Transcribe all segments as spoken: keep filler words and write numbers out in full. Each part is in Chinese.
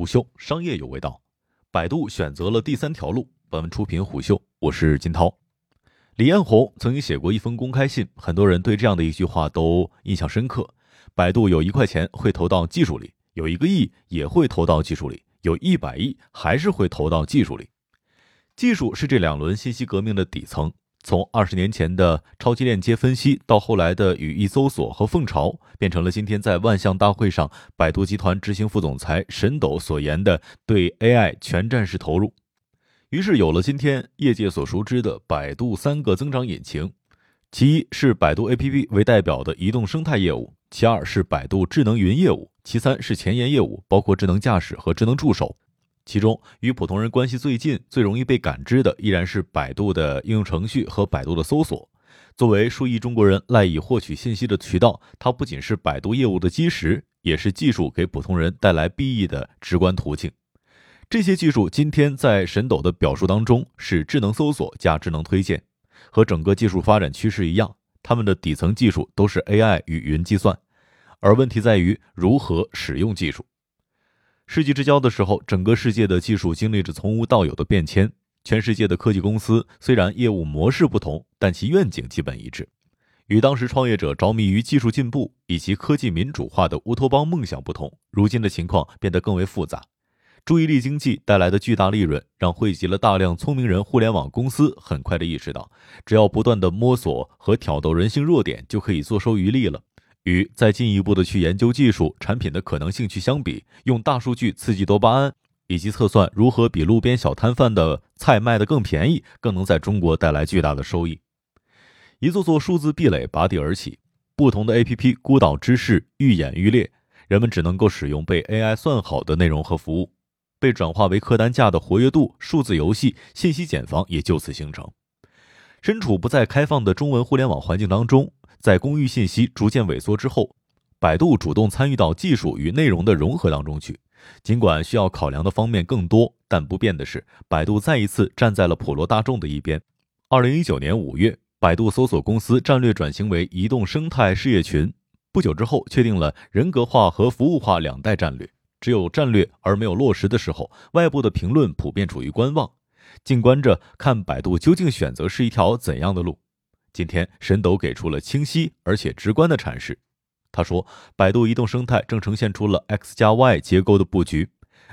虎嗅商业有味道，百度选择了第三条路。本文出品虎嗅，我是金涛。李彦宏曾经写过一封公开信，很多人对这样的一句话都印象深刻：百度有一块钱会投到技术里，有一个亿也会投到技术里，有一百亿还是会投到技术里。技术是这两轮信息革命的底层，从二十年前的超级链接分析，到后来的语义搜索和凤巢，变成了今天在万象大会上百度集团执行副总裁沈斗所言的对 A I 全站式投入。于是有了今天业界所熟知的百度三个增长引擎，其一是百度 A P P 为代表的移动生态业务，其二是百度智能云业务，其三是前沿业务，包括智能驾驶和智能助手。其中与普通人关系最近、最容易被感知的依然是百度的应用程序和百度的搜索。作为数亿中国人赖以获取信息的渠道，它不仅是百度业务的基石，也是技术给普通人带来裨益的直观途径。这些技术今天在沈斗的表述当中是智能搜索加智能推荐，和整个技术发展趋势一样，它们的底层技术都是 A I 与云计算，而问题在于如何使用技术。世纪之交的时候，整个世界的技术经历着从无到有的变迁，全世界的科技公司虽然业务模式不同，但其愿景基本一致。与当时创业者着迷于技术进步以及科技民主化的乌托邦梦想不同，如今的情况变得更为复杂。注意力经济带来的巨大利润，让汇集了大量聪明人互联网公司很快地意识到，只要不断地摸索和挑逗人性弱点，就可以坐收渔利了。与再进一步的去研究技术产品的可能性去相比，用大数据刺激多巴胺，以及测算如何比路边小摊贩的菜卖得更便宜，更能在中国带来巨大的收益。一座座数字壁垒拔地而起，不同的 A P P 孤岛之势愈演愈烈，人们只能够使用被 A I 算好的内容和服务，被转化为客单价的活跃度、数字游戏、信息茧房也就此形成。身处不再开放的中文互联网环境当中，在公域信息逐渐萎缩之后，百度主动参与到技术与内容的融合当中去。尽管需要考量的方面更多，但不变的是，百度再一次站在了普罗大众的一边。二零一九年五月，百度搜索公司战略转型为移动生态事业群，不久之后确定了人格化和服务化两代战略。只有战略而没有落实的时候，外部的评论普遍处于观望，静观着看百度究竟选择是一条怎样的路。今天沈斗给出了清晰而且直观的阐释。他说，百度移动生态正呈现出了 X 加 Y 结构的布局。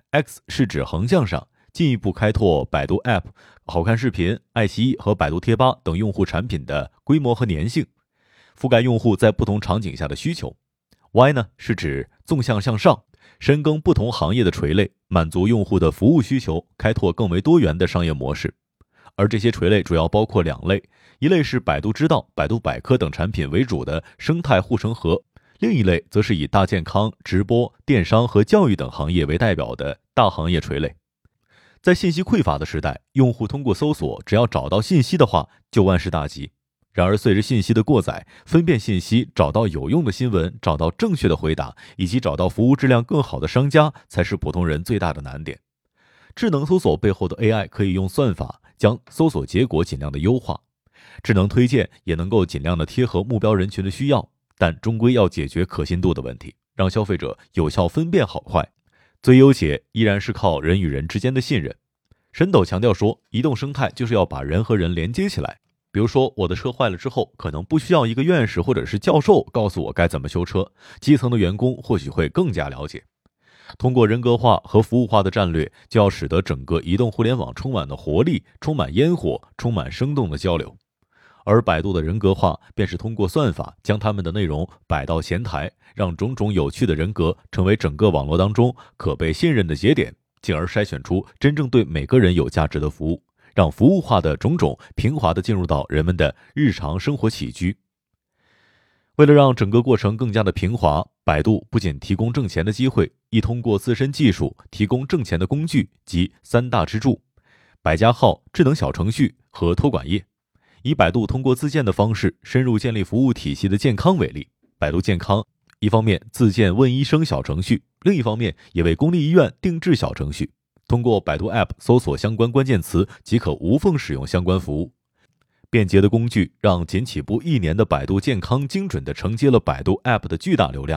X 是指横向上，进一步开拓百度 App、 好看视频、爱奇艺和百度贴吧等用户产品的规模和粘性，覆盖用户在不同场景下的需求。 Y 呢，是指纵向向上，深耕不同行业的垂类，满足用户的服务需求，开拓更为多元的商业模式。而这些垂类主要包括两类，一类是百度知道、百度百科等产品为主的生态护城河，另一类则是以大健康、直播、电商和教育等行业为代表的大行业垂类。在信息匮乏的时代，用户通过搜索，只要找到信息的话，就万事大吉。然而随着信息的过载，分辨信息、找到有用的新闻、找到正确的回答，以及找到服务质量更好的商家，才是普通人最大的难点。智能搜索背后的 A I 可以用算法将搜索结果尽量的优化，智能推荐也能够尽量的贴合目标人群的需要，但终归要解决可信度的问题，让消费者有效分辨好坏。最优解依然是靠人与人之间的信任。沈斗强调说，移动生态就是要把人和人连接起来。比如说，我的车坏了之后，可能不需要一个院士或者是教授告诉我该怎么修车，基层的员工或许会更加了解。通过人格化和服务化的战略，就要使得整个移动互联网充满了活力，充满烟火，充满生动的交流。而百度的人格化便是通过算法将他们的内容摆到前台，让种种有趣的人格成为整个网络当中可被信任的节点，进而筛选出真正对每个人有价值的服务，让服务化的种种平滑地进入到人们的日常生活起居。为了让整个过程更加的平滑，百度不仅提供挣钱的机会，亦通过自身技术提供挣钱的工具及三大支柱：百家号、智能小程序和托管业。以百度通过自建的方式深入建立服务体系的健康为例，百度健康一方面自建问医生小程序，另一方面也为公立医院定制小程序，通过百度 App 搜索相关关键词即可无缝使用相关服务。便捷的工具让仅起步一年的百度健康精准地承接了百度 App 的巨大流量。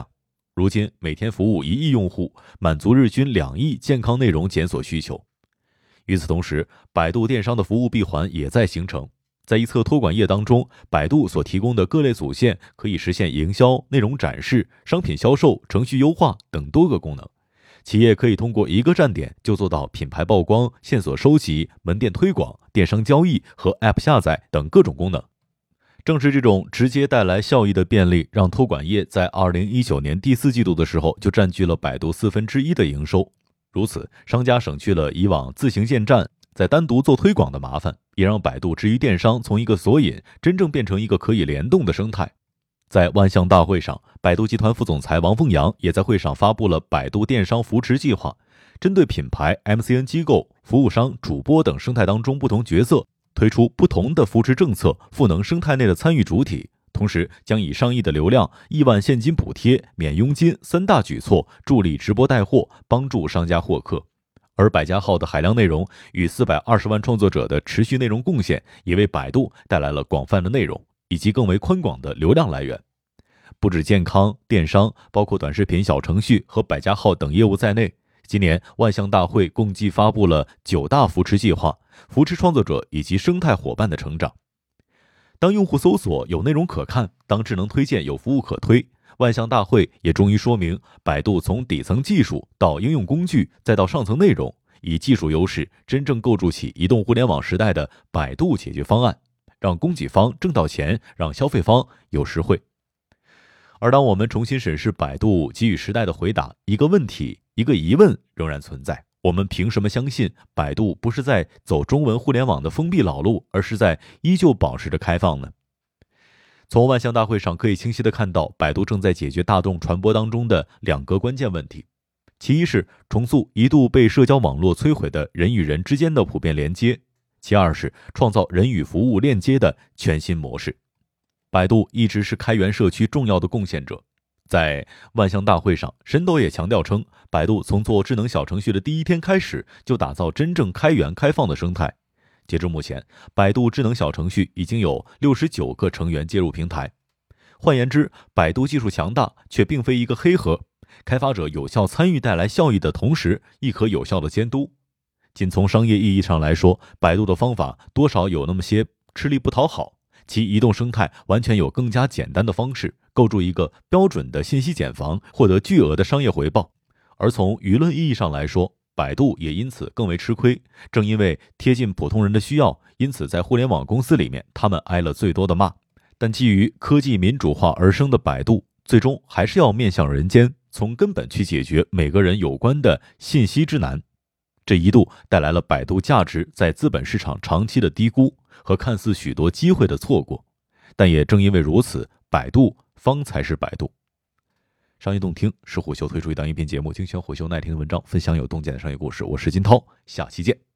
如今每天服务一亿用户，满足日均两亿健康内容检索需求。与此同时，百度电商的服务闭环也在形成。在一侧托管页当中，百度所提供的各类组件可以实现营销、内容展示、商品销售、程序优化等多个功能。企业可以通过一个站点就做到品牌曝光、线索收集、门店推广、电商交易和 App 下载等各种功能。正是这种直接带来效益的便利，让托管业在二零一九年第四季度的时候就占据了百度四分之一的营收。如此，商家省去了以往自行建站、再单独做推广的麻烦，也让百度之于电商从一个索引真正变成一个可以联动的生态。在万象大会上，百度集团副总裁王凤阳也在会上发布了百度电商扶持计划，针对品牌、M C N 机构、服务商、主播等生态当中不同角色，推出不同的扶持政策，赋能生态内的参与主体。同时将以上亿的流量、亿万现金补贴、免佣金三大举措助力直播带货，帮助商家获客。而百家号的海量内容与四百二十万创作者的持续内容贡献，也为百度带来了广泛的内容以及更为宽广的流量来源。不止健康、电商，包括短视频、小程序和百家号等业务在内，今年万象大会共计发布了九大扶持计划，扶持创作者以及生态伙伴的成长。当用户搜索有内容可看，当智能推荐有服务可推，万象大会也终于说明，百度从底层技术到应用工具，再到上层内容，以技术优势真正构筑起移动互联网时代的百度解决方案，让供给方挣到钱，让消费方有实惠。而当我们重新审视百度给予时代的回答，一个问题，一个疑问仍然存在：我们凭什么相信百度不是在走中文互联网的封闭老路，而是在依旧保持着开放呢？从万象大会上可以清晰地看到，百度正在解决大众传播当中的两个关键问题。其一是重塑一度被社交网络摧毁的人与人之间的普遍连接，其二是创造人与服务链接的全新模式。百度一直是开源社区重要的贡献者。在万象大会上，神斗也强调称，百度从做智能小程序的第一天开始，就打造真正开源开放的生态。截至目前，百度智能小程序已经有六十九个成员接入平台。换言之，百度技术强大，却并非一个黑盒，开发者有效参与带来效益的同时，亦可有效的监督。仅从商业意义上来说，百度的方法多少有那么些吃力不讨好，其移动生态完全有更加简单的方式，构筑一个标准的信息茧房，获得巨额的商业回报。而从舆论意义上来说，百度也因此更为吃亏，正因为贴近普通人的需要，因此在互联网公司里面，他们挨了最多的骂。但基于科技民主化而生的百度，最终还是要面向人间，从根本去解决每个人有关的信息之难。这一度带来了百度价值在资本市场长期的低估和看似许多机会的错过，但也正因为如此，百度方才是百度。商业洞听是虎嗅推出一档音频节目，精选虎嗅耐听的文章，分享有洞见的商业故事。我是金涛，下期见。